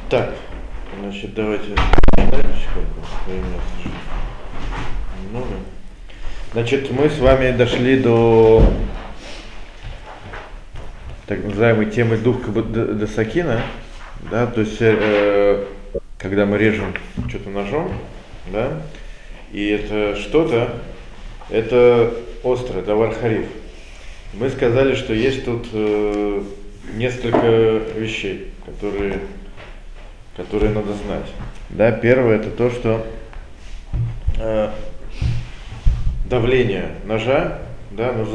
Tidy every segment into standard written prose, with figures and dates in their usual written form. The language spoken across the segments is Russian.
Так, значит, давайте сколько времени немного. Значит, мы с вами дошли до так называемой темы дувка до сакина, да, то есть когда мы режем что-то ножом, да, и это что-то, это острое, давар хариф. Мы сказали, что есть тут несколько вещей, которые надо знать. Да, первое это то, что давление ножа, да, оно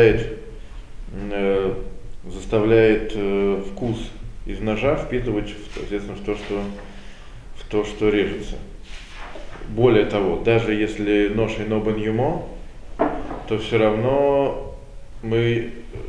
заставляет вкус из ножа впитывать, соответственно, в то, что режется. Более того, даже если нож ино бен юмо, то все равно мы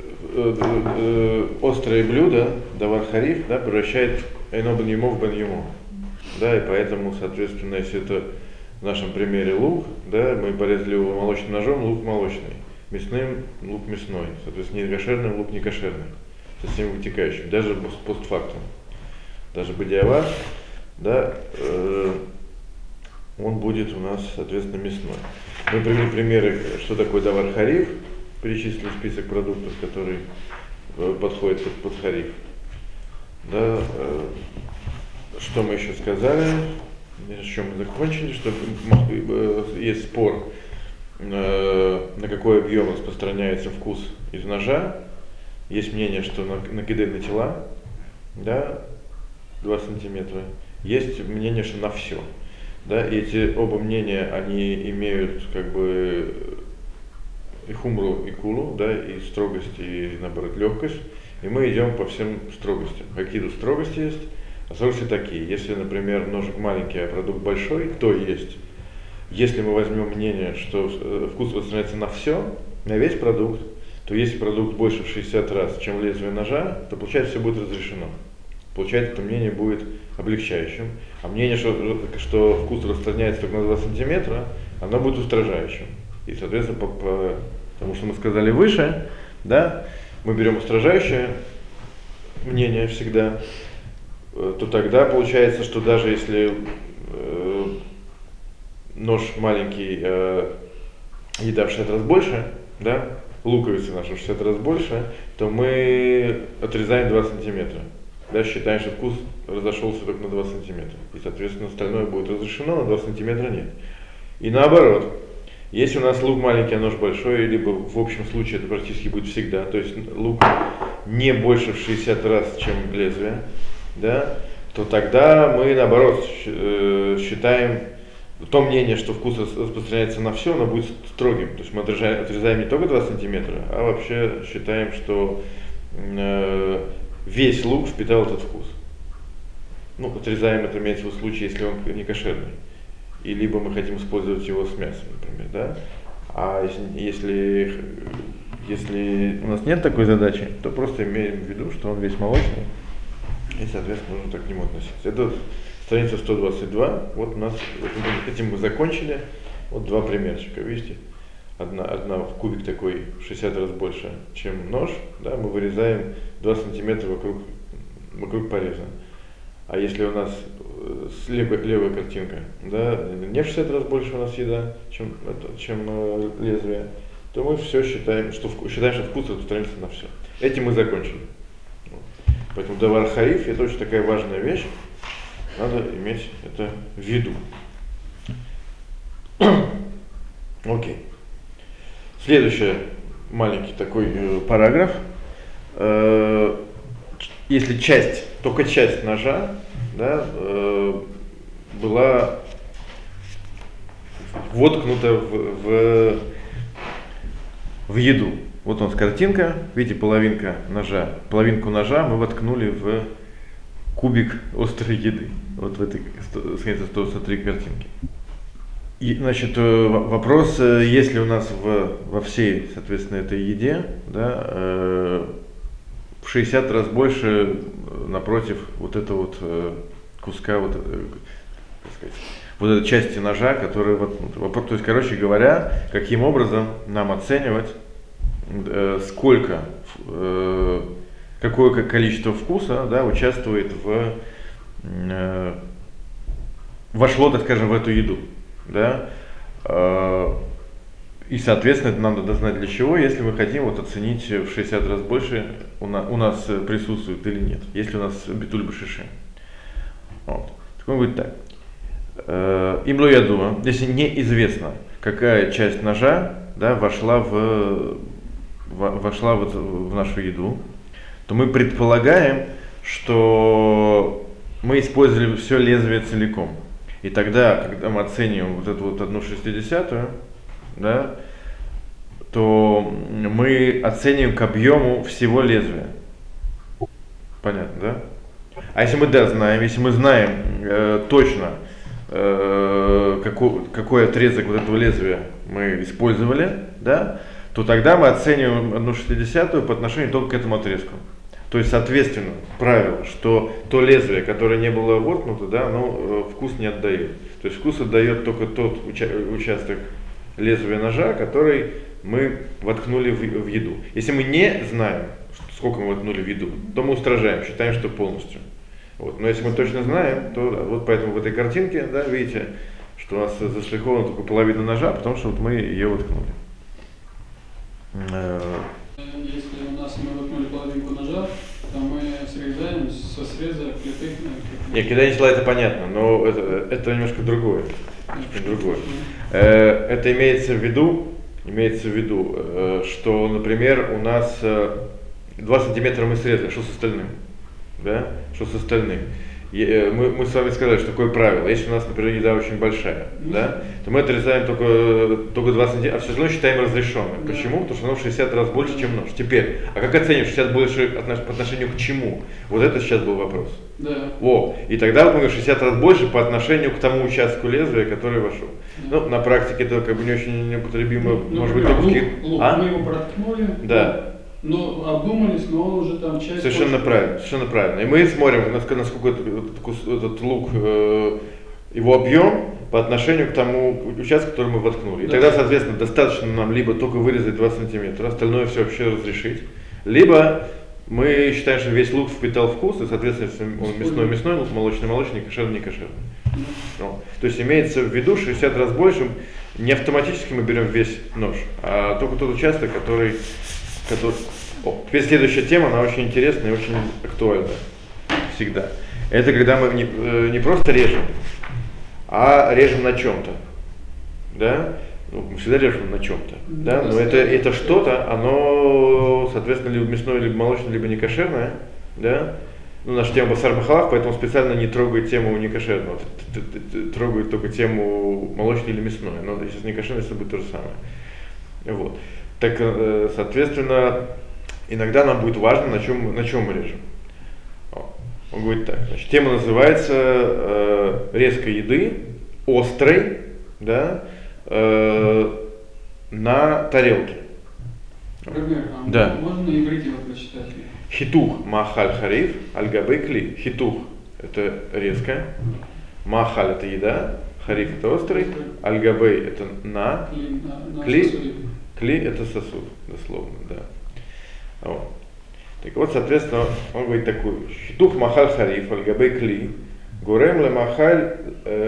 острое блюдо, давар хариф, да, превращает ино бен юмо в бен юмо. Да, и поэтому, соответственно, если это в нашем примере лук, да, мы порезали его молочным ножом, лук молочный, мясным лук мясной, соответственно, не кошерным лук не кошерный, со всем вытекающим, даже постфактум, даже бадиавар, да, он будет у нас, соответственно, мясной. Мы привели примеры, что такое давар хариф, перечислили список продуктов, которые подходят под хариф. Да, что мы еще сказали, с чем мы закончили, что есть спор, на какой объем распространяется вкус из ножа. Есть мнение, что на киды на тела, да, 2 сантиметра. Есть мнение, что на все. Да, и эти оба мнения, они имеют как бы и хумру, и кулу, да, и строгость, и наоборот легкость. И мы идем по всем строгостям. Какие тут строгости есть? А строгости такие. Если, например, ножик маленький, а продукт большой, то есть. Если мы возьмем мнение, что вкус распространяется на все, на весь продукт, то если продукт больше в 60 раз, чем лезвие ножа, то получается все будет разрешено. Получается, это мнение будет облегчающим. А мнение, что вкус распространяется только на 2 сантиметра, оно будет устражающим. И, соответственно, потому что мы сказали выше, да, мы берем устражающее мнение всегда, то тогда получается, что даже если нож маленький, еда в 60 раз больше, да, луковицы наши в 60 раз больше, то мы отрезаем 2 сантиметра. Да, считаем, что вкус разошелся только на 2 сантиметра. И, соответственно, остальное будет разрешено, на 2 сантиметра нет. И наоборот, если у нас лук маленький, а нож большой, либо в общем случае это практически будет всегда, то есть лук не больше в 60 раз, чем лезвие, да, то тогда мы наоборот считаем, то мнение, что вкус распространяется на все, оно будет строгим. То есть мы отрезаем не только 2 сантиметра, а вообще считаем, что весь лук впитал этот вкус. Ну, отрезаем это имеется в виду случае, если он не кошерный. И либо мы хотим использовать его с мясом, например, да? А если у нас нет такой задачи, то просто имеем в виду, что он весь молочный, и, соответственно, нужно так к нему относиться. Это страница 122, вот у нас, этим мы закончили, вот 2 примерчика, видите? Одна в кубик такой в 60 раз больше, чем нож, да, мы вырезаем 2 сантиметра вокруг пореза. А если у нас левая картинка, да, не в 60 раз больше у нас еда, чем лезвие, то мы все считаем, что вкус распространяется на все. Этим мы закончили. Поэтому давар хариф это очень такая важная вещь, надо иметь это в виду. Окей. Следующий маленький такой параграф. Если только часть ножа, да, была воткнута в еду. Вот у нас картинка, видите, половинку ножа мы воткнули в кубик острой еды. Вот в этой странице 103 картинки. И, значит, вопрос, если у нас во всей, соответственно, этой еде, да, в 60 раз больше напротив вот этого куска, вот этой части ножа, которая воткнута. То есть, короче говоря, каким образом нам оценивать, какое количество вкуса, да, участвует в вошло, так скажем, в эту еду, да, и, соответственно, это нам надо знать для чего, если мы хотим вот оценить в 60 раз больше у нас присутствует или нет, если у нас битуль башиши. Вот. Так он говорит так. Имло ядуа, если неизвестно, какая часть ножа, да, вошла в нашу еду, то мы предполагаем, что мы использовали все лезвие целиком. И тогда, когда мы оцениваем вот эту вот 1/60, да, то мы оцениваем к объему всего лезвия. Понятно, да? А если мы знаем, если мы знаем точно, какой отрезок вот этого лезвия мы использовали, да, то тогда мы оцениваем 1/60 по отношению только к этому отрезку. То есть, соответственно, правило, что то лезвие, которое не было воткнуто, да, оно вкус не отдает. То есть вкус отдает только тот участок лезвия ножа, который мы воткнули в еду. Если мы не знаем, сколько мы воткнули в еду, то мы устражаем, считаем, что полностью. Вот. Но если мы точно знаем, то да, вот поэтому в этой картинке, да, видите, что у нас зашлифована только половина ножа, потому что вот мы ее воткнули. Если у нас мы воткнули половинку ножа, то мы срезаем со среза плиты. Нет, когда я начала, это понятно, но это немножко другое. Это имеется в виду, что, например, у нас 2 сантиметра мы срезали, что с остальным? Да? Что с остальным? Мы с вами сказали, что такое правило. Если у нас, например, еда очень большая, да, то мы отрезаем только 2 сантиметра, а все равно считаем разрешенным. Да. Почему? Потому что оно в 60 раз больше, чем нож. Теперь, а как оценим 60 больше по отношению к чему? Вот это сейчас был вопрос. Да. И тогда вот мы 60 раз больше по отношению к тому участку лезвия, который вошел. Да. Ну, на практике это как бы не очень неупотребимо, может быть, лук, мы его проткнули. Да. Но обдумались, но он уже там часть... Совершенно правильно. И мы смотрим, насколько этот лук, его объем по отношению к тому участку, который мы воткнули. И тогда, соответственно, достаточно нам либо только вырезать 2 сантиметра, остальное все вообще разрешить, либо мы считаем, что весь лук впитал вкус, и, соответственно, он мясной, молочный, кошерный, не кошерный. То есть имеется в виду 60 раз больше, не автоматически мы берем весь нож, а только тот участок, который... Теперь следующая тема, она очень интересная и очень актуальна всегда. Это когда мы не просто режем, а режем на чем-то. Да? Мы всегда режем на чем-то. Да? Но это что-то, оно, соответственно, либо мясное, либо молочное, либо некошерное. Да? Наша тема басар бахалах, поэтому специально не трогает тему некошерного. Трогает только тему молочное или мясное. Но если с некошерностью будет то же самое. Вот. Так, соответственно, иногда нам будет важно, на чем мы режем. Он говорит так, значит, тема называется резкой еды, острой, да, на тарелке. Например, да. Можно на иврите его прочитать? Хитух махаль хариф аль-габей кли. Хитух – это резкая, махаль – это еда, хариф – это острый, аль-габей – это на, кли – это сосуд, дословно, да. Вот. Так вот, соответственно, он говорит такую вещь. Хитух махаль хариф, аль-габей кли, гурем ле махаль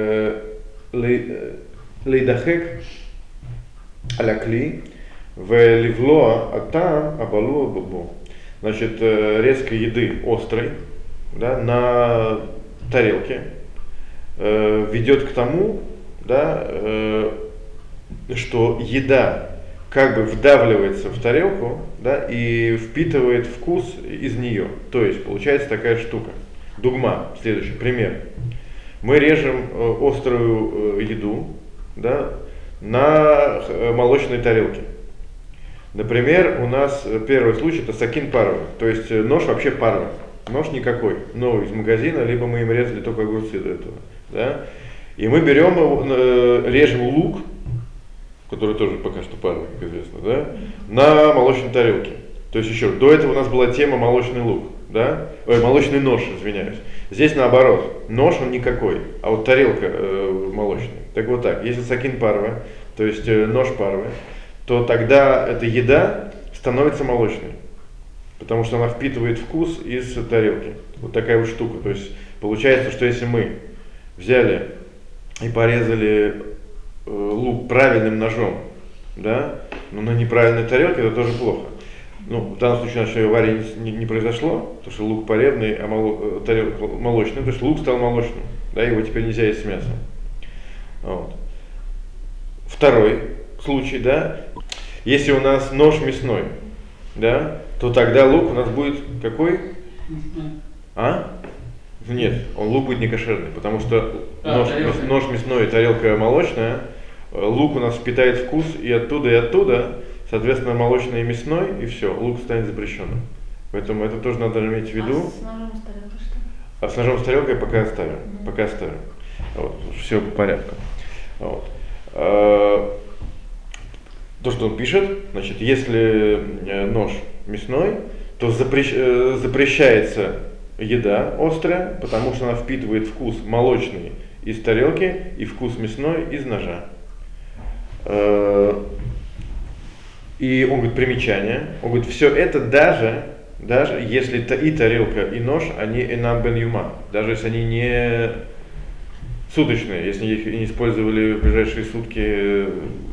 лейдахек аля кли, в ливлоа атам абалуа бубу. Значит, резкой еды острой, да, на тарелке ведет к тому, да, что еда как бы вдавливается в тарелку, да, и впитывает вкус из нее. То есть получается такая штука. Дугма, следующий пример. Мы режем острую еду, да, на молочной тарелке. Например, у нас первый случай это сакин парва, то есть нож вообще парва, нож никакой, новый из магазина, либо мы им резали только огурцы до этого, да? И мы берем, режем лук, который тоже пока что парва, как известно, да, на молочной тарелке. То есть еще до этого у нас была тема молочный лук, да, молочный нож, извиняюсь. Здесь наоборот, нож он никакой, а вот тарелка молочная. Так вот так, если сакин парва, то есть нож парвы, то тогда эта еда становится молочной, потому что она впитывает вкус из тарелки. Вот такая вот штука. То есть получается, что если мы взяли и порезали лук правильным ножом, да, но на неправильной тарелке, это тоже плохо. Ну, в данном случае у нас еще аварии не произошло, потому что лук порезанный, а тарелка молочная, то есть лук стал молочным, да, его теперь нельзя есть с мясом. Вот. Второй случай, да, если у нас нож мясной, да, то тогда лук у нас будет какой? А? Нет, лук будет не кошерный, потому что нож мясной и тарелка молочная, лук у нас впитает вкус и оттуда, соответственно, молочный и мясной, и все, лук станет запрещенным. Поэтому это тоже надо иметь в виду. А с ножом с тарелкой что? А с ножом с тарелкой пока оставим. Пока оставим. Вот, все по порядку. Вот. То, что он пишет, значит, если нож мясной, то запрещается еда острая, потому что она впитывает вкус молочный из тарелки и вкус мясной из ножа. И он говорит, примечание, он говорит, все это даже если и тарелка, и нож, они энам бен юма, даже если они не суточные, если их не использовали в ближайшие сутки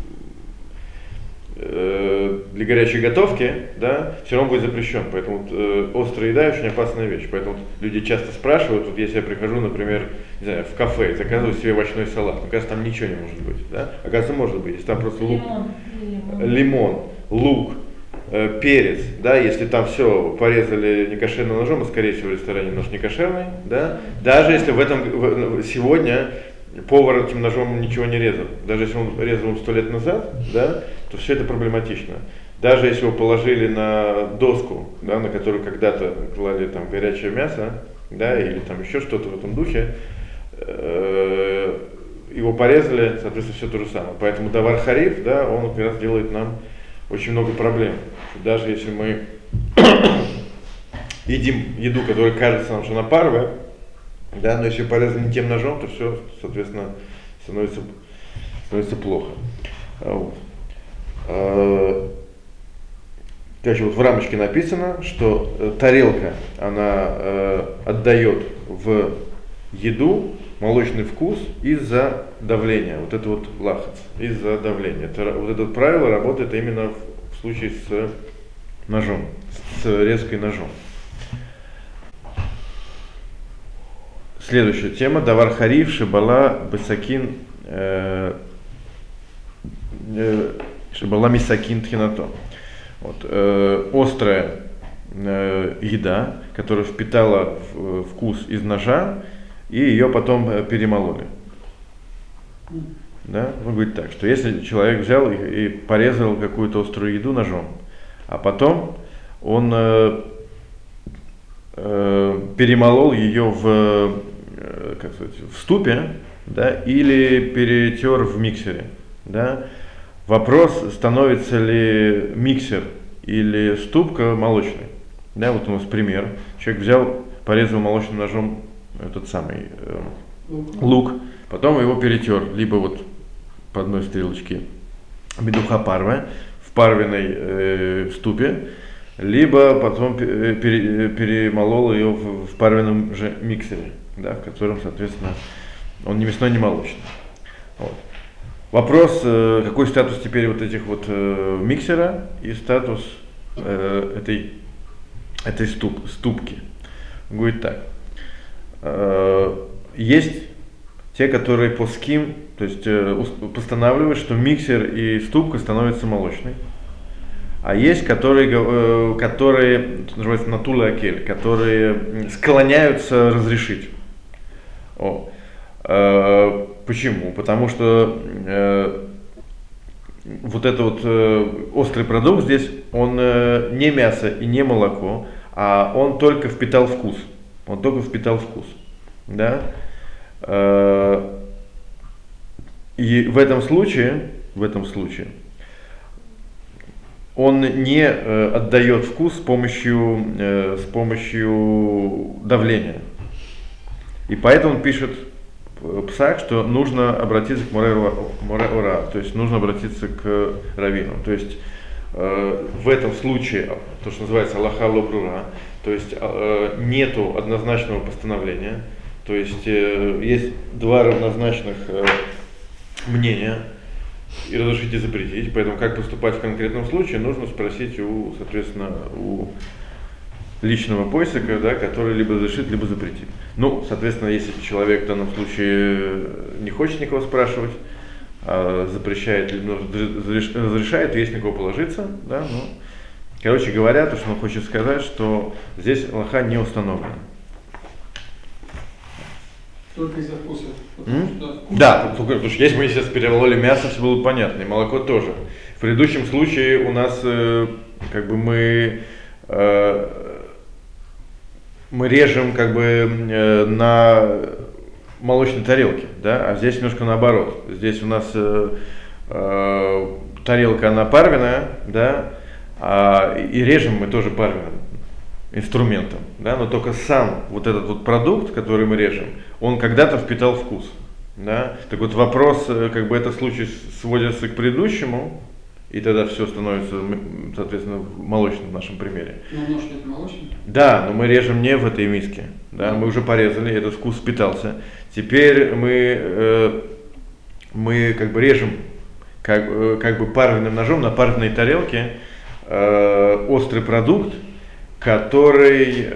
для горячей готовки, да, все равно будет запрещен. Поэтому острая еда очень опасная вещь. Поэтому люди часто спрашивают, вот если я прихожу, например, не знаю, в кафе и заказываю себе овощной салат, мне кажется, там ничего не может быть, да? Оказывается, может быть, если там просто лук, лимон, лук, перец, да, если там все порезали некошерным ножом, а скорее всего в ресторане нож некошерный, да, даже если сегодня повар этим ножом ничего не резал, даже если он резал 100 лет назад, да, то все это проблематично. Даже если его положили на доску, да, на которую когда-то клали там горячее мясо, да, или там еще что-то в этом духе, его порезали, соответственно, все то же самое. Поэтому давар хариф, да, он как раз делает нам очень много проблем. Даже если мы едим еду, которая кажется нам, что она парвая, да, но если порезали не тем ножом, то все, соответственно, становится плохо. Вот. Короче, вот в рамочке написано, что тарелка, она отдает в еду молочный вкус из-за давления. Вот это вот лахац, из-за давления. Вот это вот правило работает именно в случае с ножом, с резкой ножом. Следующая тема. Давар хариф шибала бесакин шибала мисакин тхинато. Вот, острая еда, которая впитала вкус из ножа, и ее потом перемололи. Да? Он говорит так, что если человек взял и порезал какую-то острую еду ножом, а потом он перемолол ее в ступе, да, или перетер в миксере, да, вопрос, становится ли миксер или ступка молочной. Да, вот у нас пример. Человек взял, порезал молочным ножом этот самый лук, потом его перетер, либо вот по одной стрелочке бедуха парве в парвиной ступе, либо потом перемолол ее в парвином же миксере, да, в котором, соответственно, он не мясной, не молочный. Вот. Вопрос, какой статус теперь вот этих вот миксера и статус этой ступки. Он говорит так. Есть те, которые поским, то есть постанавливают, что миксер и ступка становятся молочной. А есть, которые называются натула акель, которые склоняются разрешить. Почему? Потому что вот этот вот острый продукт здесь, он не мясо и не молоко, а он только впитал вкус. Он только впитал вкус. Да? И в этом случае он не отдает вкус с помощью давления. И поэтому он пишет псак, что нужно обратиться к море ора, то есть нужно обратиться к раввину. То есть в этом случае, то, что называется алаха ло брура, то есть нету однозначного постановления, То есть есть два равнозначных мнения, и разрешить и запретить, поэтому как поступать в конкретном случае, нужно спросить у, соответственно, у личного поиска, да, который либо разрешит, либо запретит. Ну, соответственно, если человек в данном случае не хочет никого спрашивать, запрещает, либо разрешает, есть на кого положиться, да, ну, короче говоря, то, что он хочет сказать, что здесь алаха не установлена. Только из-за вкуса. Да, потому что если мы сейчас перемололи мясо, все было понятно, и молоко тоже. В предыдущем случае у нас как бы мы режем как бы на молочной тарелке, да, а здесь немножко наоборот. Здесь у нас тарелка, она парвенная, да, и режем мы тоже парвенным инструментом, да, но только сам вот этот вот продукт, который мы режем, он когда-то впитал вкус, да. Так вот вопрос, как бы этот случай сводится к предыдущему, и тогда все становится, соответственно, молочным в нашем примере. Ну, нож это молочный? Да, но мы режем не в этой миске, да, мы уже порезали, этот вкус впитался. Теперь мы как бы режем как бы парвенным ножом на парвенной тарелке острый продукт, который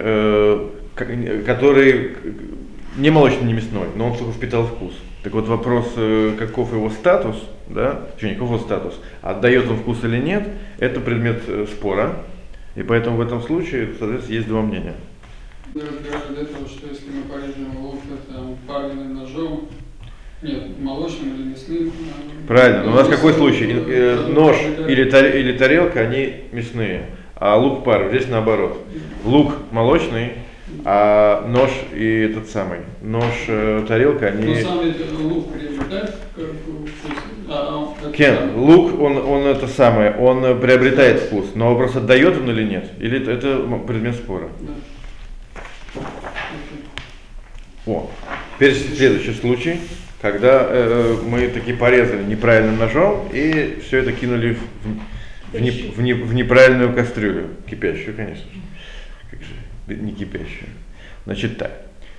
не молочный, не мясной, но он только впитал вкус. Так вот вопрос, каков его статус, да, каков его статус, отдает он вкус или нет, это предмет спора, и поэтому в этом случае, соответственно, есть два мнения. Мы разбирали до этого, что если мы порежем лук парвенным ножом, нет, молочным или мясным. Правильно, но у нас какой случай? Нож или тарелка, они мясные, а лук парвенный, здесь наоборот. Лук молочный, а нож и этот самый, тарелка, они... Но сам лук приобретает вкус? Кен, лук, он это самое, он приобретает вкус, но вопрос, отдает он или нет, или это предмет спора. Да. О, теперь следующий случай, когда мы таки порезали неправильным ножом и все это кинули в неправильную кастрюлю, кипящую, конечно же. Как же, не кипящую. Значит так,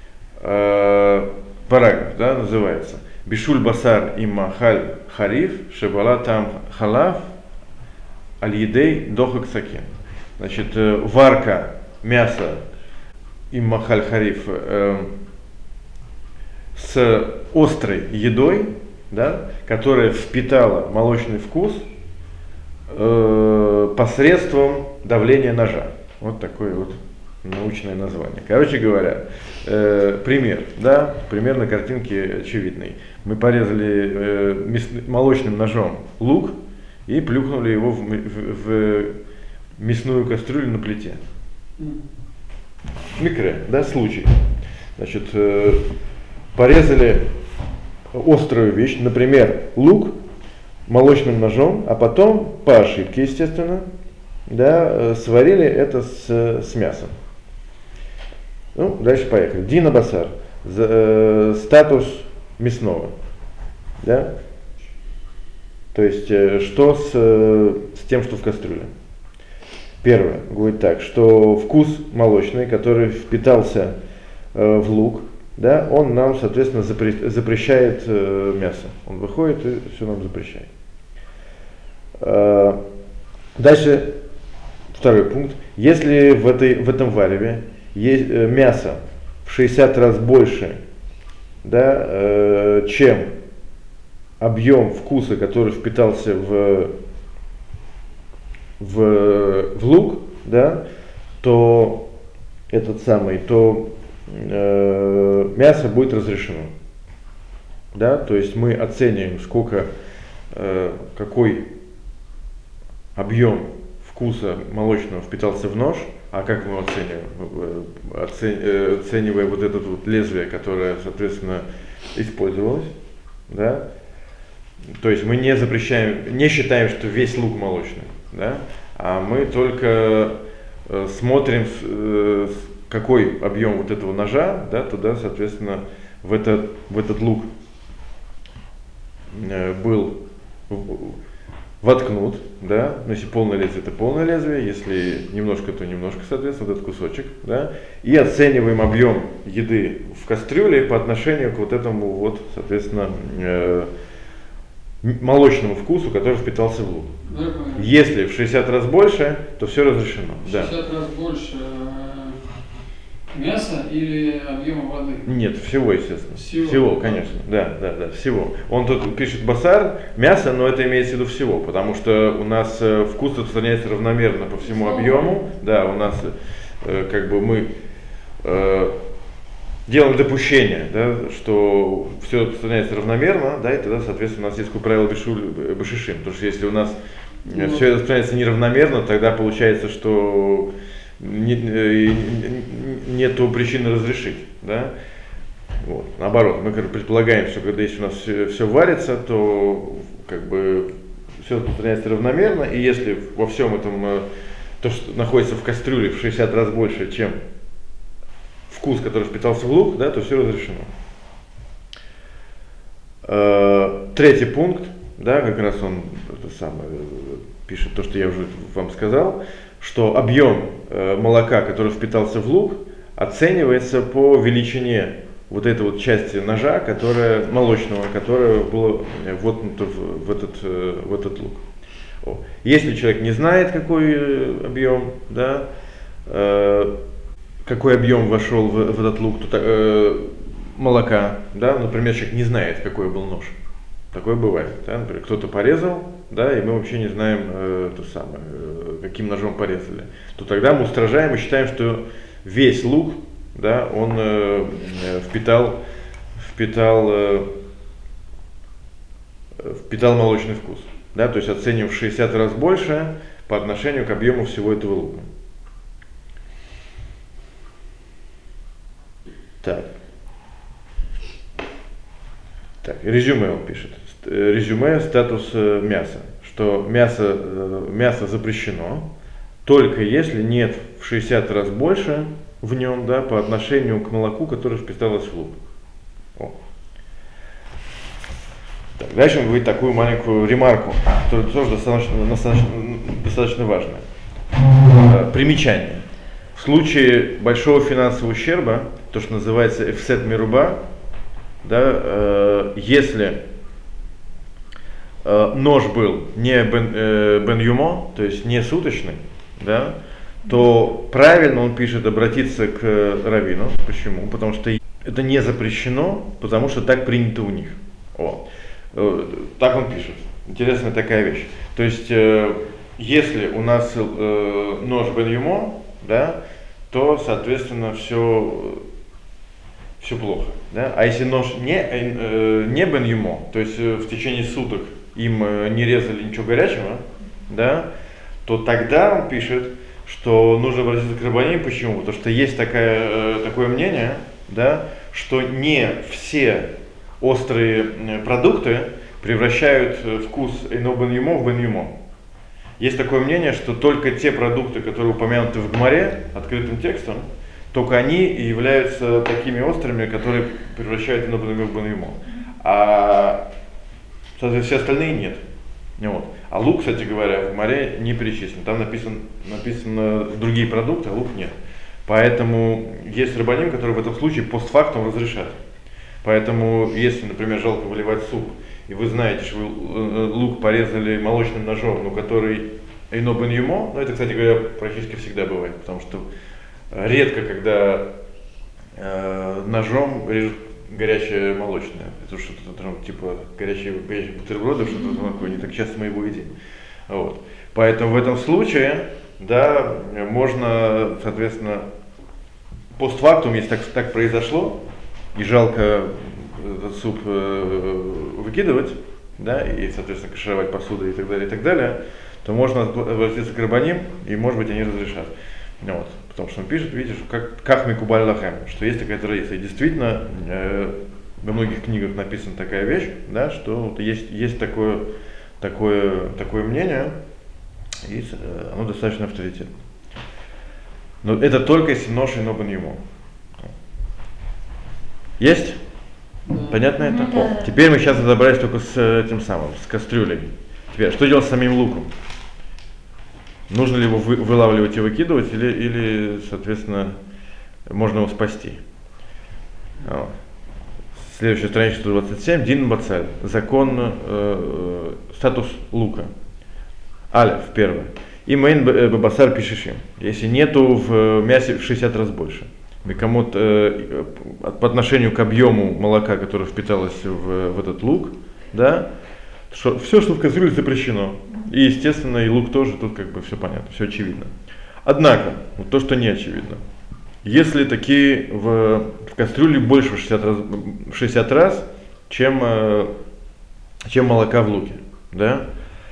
параграф, да, называется Бишуль басар имахаль хариф шебала там халав аль-едей дохак сакен. Значит, варка мяса имахаль хариф с острой едой, да, которая впитала молочный вкус посредством давления ножа. Вот такое вот научное название. Короче говоря, пример, да, пример на картинке очевидный. Мы порезали молочным ножом лук и плюхнули его в мясную кастрюлю на плите. Микре, да, случай. Значит, порезали острую вещь, например, лук молочным ножом, а потом, по ошибке, естественно, да, сварили это с мясом. Ну, дальше поехали. Дина басар. Статус мясного. Да? То есть, что с тем, что в кастрюле? Первое, говорит так, что вкус молочный, который впитался в лук, да, он нам, соответственно, запрещает мясо. Он выходит и все нам запрещает. Дальше, второй пункт. Если в этом вареве есть мясо в 60 раз больше, да, чем объем вкуса, который впитался в лук, да, то мясо будет разрешено. Да, то есть мы оцениваем, какой объем вкуса молочного впитался в нож, а как мы оцениваем? Оценивая вот это вот лезвие, которое, соответственно, использовалось, да, то есть мы не запрещаем, не считаем, что весь лук молочный, да, а мы только смотрим, какой объем вот этого ножа, да, туда, соответственно, в этот лук был воткнут, да, ну, если полное лезвие, это полное лезвие, если немножко, то немножко, соответственно, вот этот кусочек, да, и оцениваем объем еды в кастрюле по отношению к вот этому вот, соответственно, молочному вкусу, который впитался в лук. Да, если в 60 раз больше, то все разрешено. 60 раз больше мяса или объема воды? Нет, всего, естественно. Всего, конечно. Да, всего. Он тут пишет басар, мясо, но это имеется в виду всего, потому что у нас вкус распространяется равномерно по всему объему. Да, у нас как бы мы делаем допущение, да, что все распространяется равномерно, да, и тогда, соответственно, у нас есть такое правило бешишим, потому что если у нас все распространяется неравномерно, тогда получается, что нету причины разрешить, да. Вот. Наоборот, мы предполагаем, что когда если у нас все варится, то как бы все распространяется равномерно, и если во всем этом то, что находится в кастрюле в 60 раз больше, чем вкус, который впитался в лук, да, то все разрешено. Третий пункт, да, как раз он это самое, пишет то, что я уже вам сказал, что объем молока, который впитался в лук, оценивается по величине вот этой вот части ножа, которая молочного, которая была воткнута в этот лук. Если человек не знает, какой объем, да, какой объем вошел в этот лук молока, да, например, человек не знает, какой был нож. Такое бывает. Да? Например, кто-то порезал, да, и мы вообще не знаем каким ножом порезали. То тогда мы устражаем и считаем, что весь лук, да, он впитал молочный вкус. Да? То есть оценим в 60 раз больше по отношению к объему всего этого лука. Так, резюме он пишет. Резюме, статус мяса. Что мясо запрещено, только если нет в 60 раз больше в нем, да, по отношению к молоку, которое впиталось в лук. Так, дальше он говорит такую маленькую ремарку, которая тоже достаточно важная. Примечание. В случае большого финансового ущерба, то, что называется эфсет мируба, да, если нож был не бен юмо, то есть не суточный, да, то правильно он пишет обратиться к раввину. Почему? Потому что это не запрещено, потому что так принято у них. Так он пишет. Интересная такая вещь. То есть, если у нас нож бен юмо, да, то, соответственно, все плохо. Да? А если нож не бен юмо, то есть в течение суток им не резали ничего горячего, да, то тогда он пишет, что нужно обратиться к рабаним. Почему? Потому что есть такое мнение, да, что не все острые продукты превращают вкус эйно бен юмо в бен юмо. Есть такое мнение, что только те продукты, которые упомянуты в Гмаре, открытым текстом, только они и являются такими острыми, которые превращают эйно бен юмо в бен юмо. А соответственно, все остальные нет. Вот. А лук, кстати говоря, в Гмаре не перечислен. Там написано другие продукты, а лук нет. Поэтому есть рабаним, которые в этом случае постфактум разрешат. Поэтому, если, например, жалко выливать суп, и вы знаете, что вы лук порезали молочным ножом, но который эйно бен юмо, это, кстати говоря, практически всегда бывает, потому что редко, когда ножом режут горячее молочное, это что-то типа горячие бутерброды, что-то такое, не так часто мы его едим. Вот. Поэтому в этом случае, да, можно, соответственно, постфактум, если так произошло, и жалко этот суп выкидывать, да, и, соответственно, кашировать посуду и так далее, то можно обратиться к рабаним, и, может быть, они разрешат. Вот. Потому что он пишет, видишь, как микубаль лахем, что есть такая традиция. И действительно, во многих книгах написана такая вещь, да, что есть такое мнение, и оно достаточно авторитетно. Но это только если нож эйно бен юмо. Есть? Понятно это? Да. Теперь мы сейчас разобрались только с этим самым, с кастрюлей. Теперь, что делать с самим луком? Нужно ли его вылавливать и выкидывать, или соответственно, можно его спасти? Следующая страница 127. Дин бацаль. Закон, статус лука. Алеф, первое. И мейн бабасар пишешим. Если нету в мясе в 60 раз больше. Кому-то по отношению к объему молока, которое впиталось в этот лук, да, все, что в кастрюле, запрещено. И, естественно, и лук тоже, тут как бы все понятно, все очевидно. Однако, вот то, что не очевидно, если такие в кастрюле больше в 60 раз, чем молока в луке, да,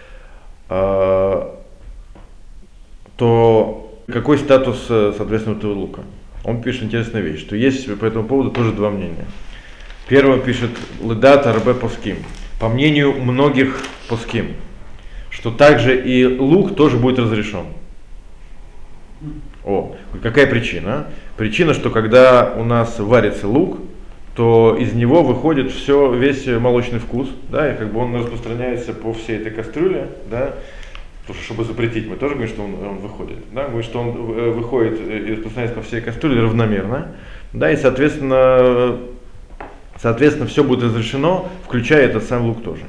то какой статус, соответственно, этого лука? Он пишет интересную вещь, что есть по этому поводу тоже два мнения. Первый пишет Ледат Арбе Поским, по мнению многих Поским, что также и лук тоже будет разрешен. Какая причина? Причина, что когда у нас варится лук, то из него выходит весь молочный вкус, да, и как бы он распространяется по всей этой кастрюле, да, потому что чтобы запретить, мы тоже говорим, что он выходит, да, говорим, что он выходит и распространяется по всей кастрюле равномерно, да, и соответственно все будет разрешено, включая этот сам лук тоже.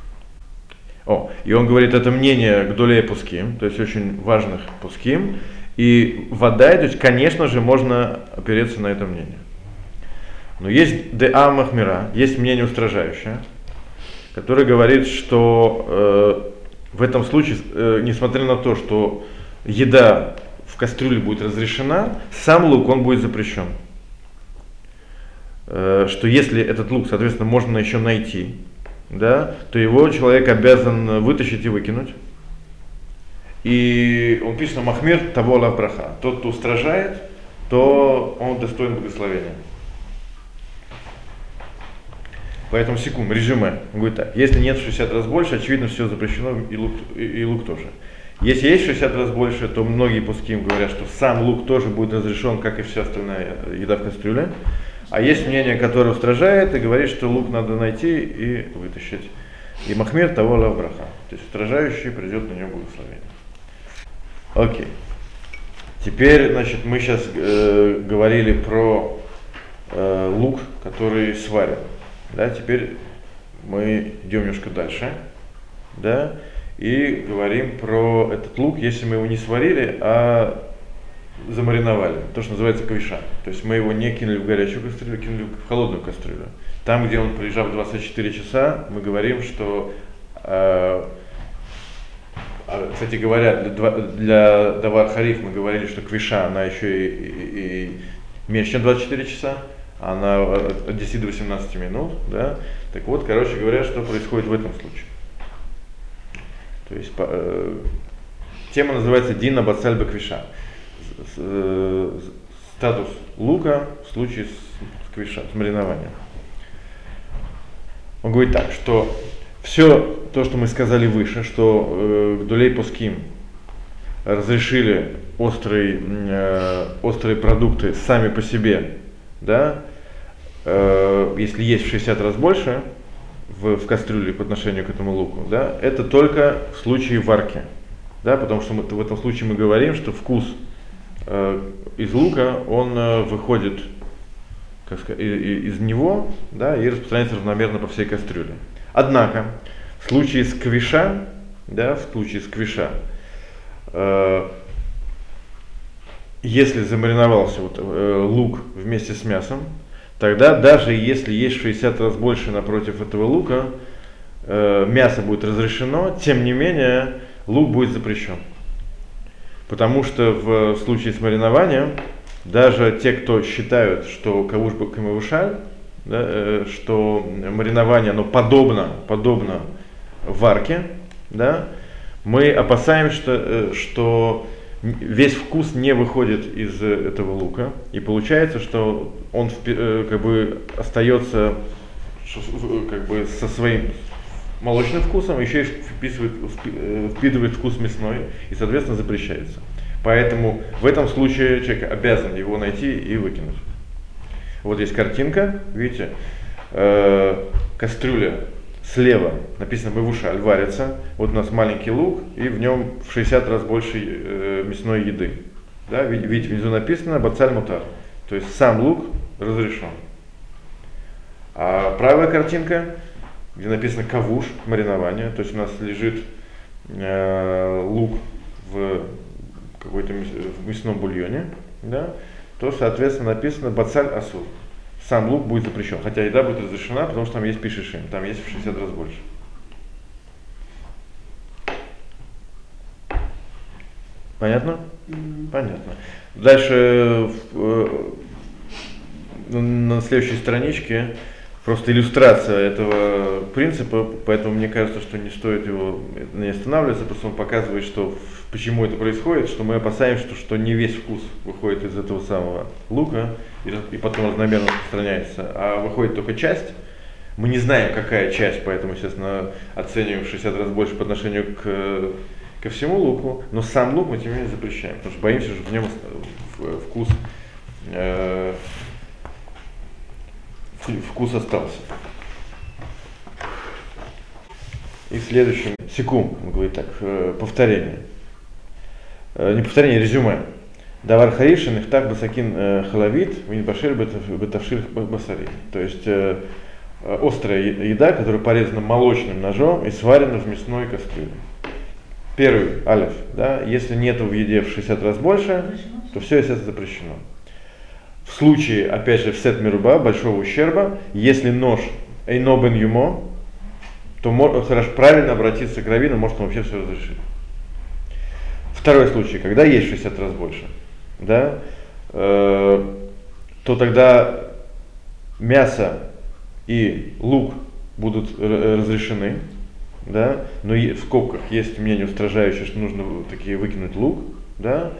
И он говорит, это мнение Гдолей Пуским, то есть очень важных Пуским, и вода, то есть, конечно же, можно опереться на это мнение. Но есть Деа Махмира, есть мнение устражающее, которое говорит, что в этом случае, несмотря на то, что еда в кастрюле будет разрешена, сам лук, он будет запрещен. Что если этот лук, соответственно, можно еще найти, да, то его человек обязан вытащить и выкинуть. И он пишет на Махмир того лавбраха. Тот, кто устражает, то он достоин благословения. Поэтому секунд, резюме. Он говорит так, если нет в 60 раз больше, очевидно, все запрещено, и лук тоже. Если есть в 60 раз больше, то многие пуским говорят, что сам лук тоже будет разрешен, как и вся остальная еда в кастрюле. А есть мнение, которое устражает и говорит, что лук надо найти и вытащить. И Махмир того лавбраха. То есть устражающий придет на него благословение. Окей. Теперь, значит, мы сейчас говорили про лук, который сварен. Да, теперь мы идем немножко дальше, да, и говорим про этот лук, если мы его не сварили, а замариновали, то, что называется кавиша. То есть мы его не кинули в горячую кастрюлю, кинули в холодную кастрюлю. Там, где он пролежал 24 часа, мы говорим, что, кстати говоря, для давар хариф мы говорили, что квиша, она еще и меньше, чем 24 часа. Она от 10 до 18 минут, да. Так вот, короче говоря, что происходит в этом случае. То есть тема называется Дина Бацаль Баквиша. Статус лука в случае с квиша, с маринованием. Он говорит так, что все то, что мы сказали выше, что Гдолей Поским разрешили острые продукты сами по себе, да, если есть в 60 раз больше в кастрюле по отношению к этому луку, да, это только в случае варки, да, потому что в этом случае мы говорим, что вкус из лука, он выходит, как сказать, из него, да, и распространяется равномерно по всей кастрюле. Однако, в случае с квиша, да, если замариновался лук вместе с мясом, тогда даже если есть в 60 раз больше напротив этого лука, мясо будет разрешено, тем не менее лук будет запрещен. Потому что в случае с маринованием, даже те, кто считают, что кавуш бакамавушаль, да, что маринование оно подобно варке, да, мы опасаемся, что весь вкус не выходит из этого лука, и получается, что он как бы остается как бы со своим молочным вкусом, еще и впитывает вкус мясной, и, соответственно, запрещается. Поэтому в этом случае человек обязан его найти и выкинуть. Вот есть картинка, видите, кастрюля слева написано «Мевушаль», варится. Вот у нас маленький лук, и в нем в 60 раз больше мясной еды. Да? Видите, внизу написано «Бацаль мутар», то есть сам лук разрешен. А правая картинка, где написано «Кавуш», маринование, то есть у нас лежит лук в какой-то мясном бульоне, да, то, соответственно, написано «Бацаль асур». Сам лук будет запрещен, хотя еда будет разрешена, потому что там есть пишешим, там есть в 60 раз больше. Понятно? Понятно. Дальше на следующей страничке просто иллюстрация этого принципа, поэтому мне кажется, что не стоит его не останавливаться, просто он показывает, что почему это происходит, что мы опасаемся, что не весь вкус выходит из этого самого лука и потом разномерно распространяется, а выходит только часть. Мы не знаем, какая часть, поэтому, естественно, оцениваем в 60 раз больше по отношению ко всему луку, но сам лук мы тем не менее запрещаем, потому что боимся, что в нем вкус остался. И в следующем секунд, он говорит так, повторение. Не повторение, резюме. Давар харишин их так басакин халавит, винбашир бетавшир басари. То есть острая еда, которая порезана молочным ножом и сварена в мясной кастрюле. Первый, алиф, да, если нету в еде в 60 раз больше, то все, естественно, запрещено. В случае, опять же, в сет меруба, большого ущерба, если нож эйно бен юмо, то хорошо, правильно обратиться к раввину, может он вообще все разрешит. Второй случай, когда есть 60 раз больше, да, то тогда мясо и лук будут разрешены, да, но в скобках есть мнение устражающее, что нужно такие выкинуть лук, да,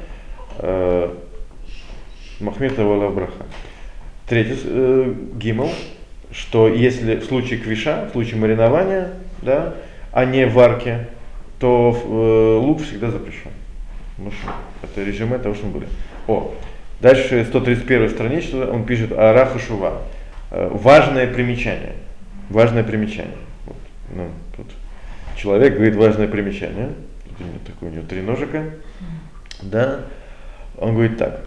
Махмета вала браха. Третий гимл, что если в случае квиша, в случае маринования, да, а не варки, то лук всегда запрещен. Ну что, это резюме того, что мы были. Дальше 131 страница, он пишет Араха Шува. Важное примечание. Важное примечание. Вот, тут человек говорит важное примечание. Тут у него 3 ножика. Да. Он говорит так.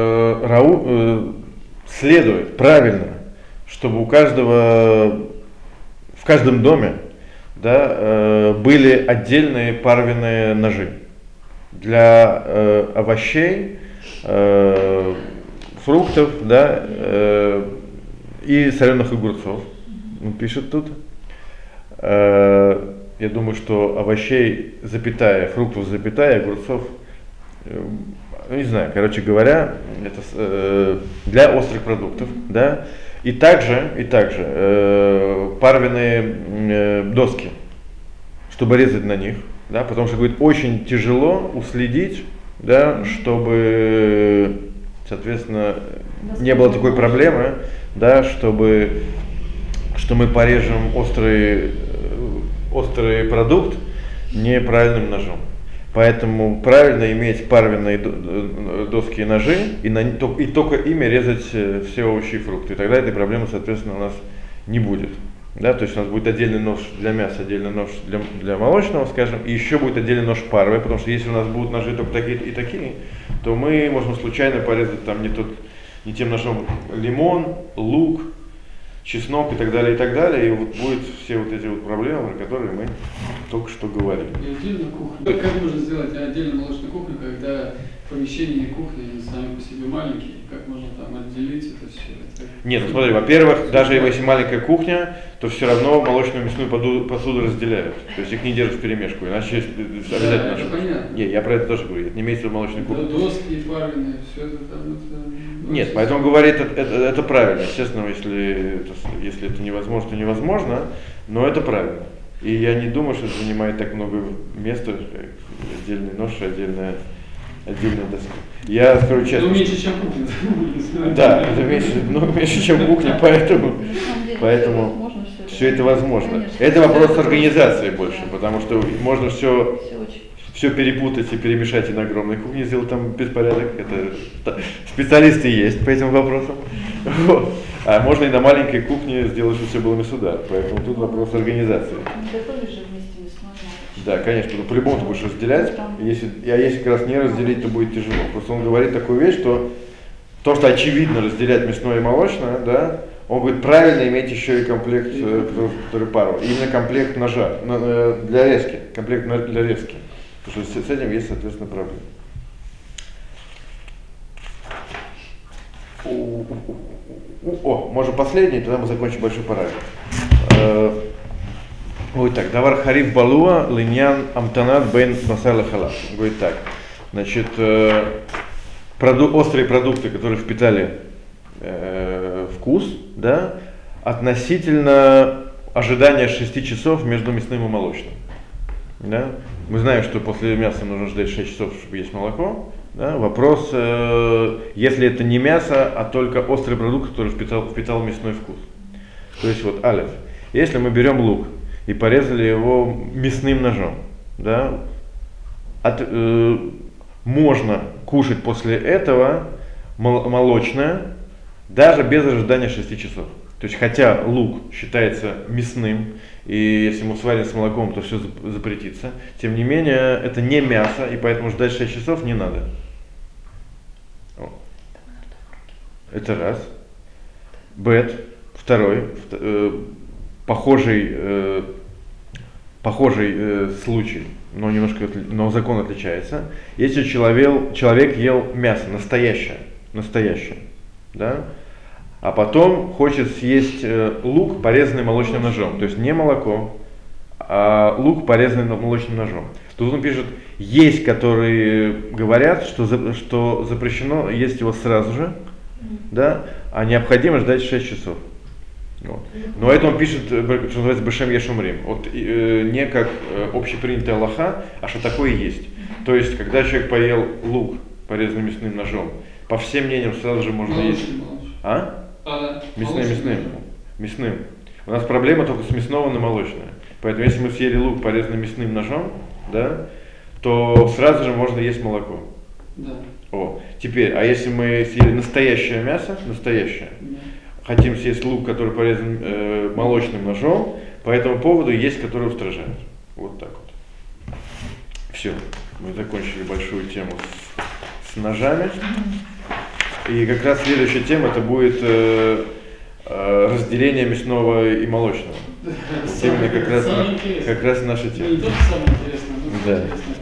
Следует правильно, чтобы у каждого, в каждом доме, да, были отдельные парвенные ножи для овощей, фруктов, да, и соленых огурцов. Он пишет тут. Я думаю, что овощей, запятая, фруктов, запятая, огурцов, не знаю, короче говоря, это для острых продуктов, да. И также парвенные доски, чтобы резать на них, да, потому что, говорит, очень тяжело уследить, да, чтобы, соответственно, не было такой проблемы, да, что мы порежем острый продукт неправильным ножом. Поэтому правильно иметь парвенные доски и ножи, и только ими резать все овощи и фрукты. И тогда этой проблемы, соответственно, у нас не будет. Да, то есть у нас будет отдельный нож для мяса, отдельный нож для молочного, скажем, и еще будет отдельный нож парвый, потому что если у нас будут ножи только такие и такие, то мы можем случайно порезать там не тем ножом лимон, лук, чеснок и так далее, и вот будет все вот эти вот проблемы, про которые мы только что говорили. И отдельно кухня. Как можно сделать отдельно молочную кухню, когда помещение и кухня они сами по себе маленькие? Как можно там отделить это все? Нет, ну смотри, во-первых, даже если маленькая кухня, то все равно молочную и мясную посуду разделяют. То есть их не держат в перемешку, иначе обязательно. Да, это понятно. Не, я про это тоже говорю, это не имеется в виду молочную кухню. Доски парвенные, все это там. Нет, поэтому говорит, это правильно. Естественно, если это невозможно, то невозможно, но это правильно. И я не думаю, что это занимает так много места, отдельный нож, отдельная доска. Я скажу честно. Ну, меньше, чем кухня. Да, это меньше, чем кухня, поэтому все это возможно. Это вопрос организации больше, потому что можно все все перепутать и перемешать и на огромной кухне сделать там беспорядок. Это специалисты есть по этим вопросам. Вот. А можно и на маленькой кухне сделать, чтобы все было месудар. Поэтому тут вопрос организации. Готовишь же вместе мясной молочный. Да, конечно, по-любому ты будешь разделять. Если как раз не разделить, то будет тяжело. Просто он говорит такую вещь, что то, что очевидно разделять мясное и молочное, да, он говорит, правильно иметь еще и комплект, который пару. Именно комплект ножа для резки. Комплект для резки. Потому что с этим есть, соответственно, проблема. О, можно последний, тогда мы закончим большой параграф. Вот так, давар хариф балуа линьян амтанат бен басар халат. Говорит так, значит, острые продукты, которые впитали вкус, да, относительно ожидания 6 часов между мясным и молочным. Да? Мы знаем, что после мяса нужно ждать 6 часов, чтобы есть молоко. Да? Вопрос, если это не мясо, а только острый продукт, который впитал мясной вкус. То есть вот алеф. Если мы берем лук и порезали его мясным ножом, да, можно кушать после этого молочное, даже без ожидания 6 часов. То есть, хотя лук считается мясным, и если ему сварен с молоком, то все запретится, тем не менее, это не мясо, и поэтому ждать 6 часов не надо. Это раз. Бет, второй, похожий случай, но закон отличается. Если человек ел мясо настоящее, да, а потом хочет съесть лук, порезанный молочным ножом, то есть не молоко, а лук, порезанный молочным ножом. Тут он пишет, есть, которые говорят, что запрещено есть его сразу же, да, а необходимо ждать 6 часов. Вот. Но это он пишет, что называется Бешем Ешумрим. Вот, не как общепринятая алаха, а что такое есть. То есть, когда человек поел лук, порезанный мясным ножом, по всем мнениям сразу же можно есть. А? Мясным. У нас проблема только с мясного на молочное. Поэтому если мы съели лук, порезанный мясным ножом, да, то сразу же можно есть молоко. Да. Теперь, а если мы съели настоящее мясо, хотим съесть лук, который порезан молочным ножом, по этому поводу есть, которые устражают. Вот так вот. Все, мы закончили большую тему с ножами. И как раз следующая тема это будет разделение мясного и молочного. Вот именно как раз наша тема. Не только самое интересное, но да. интересное.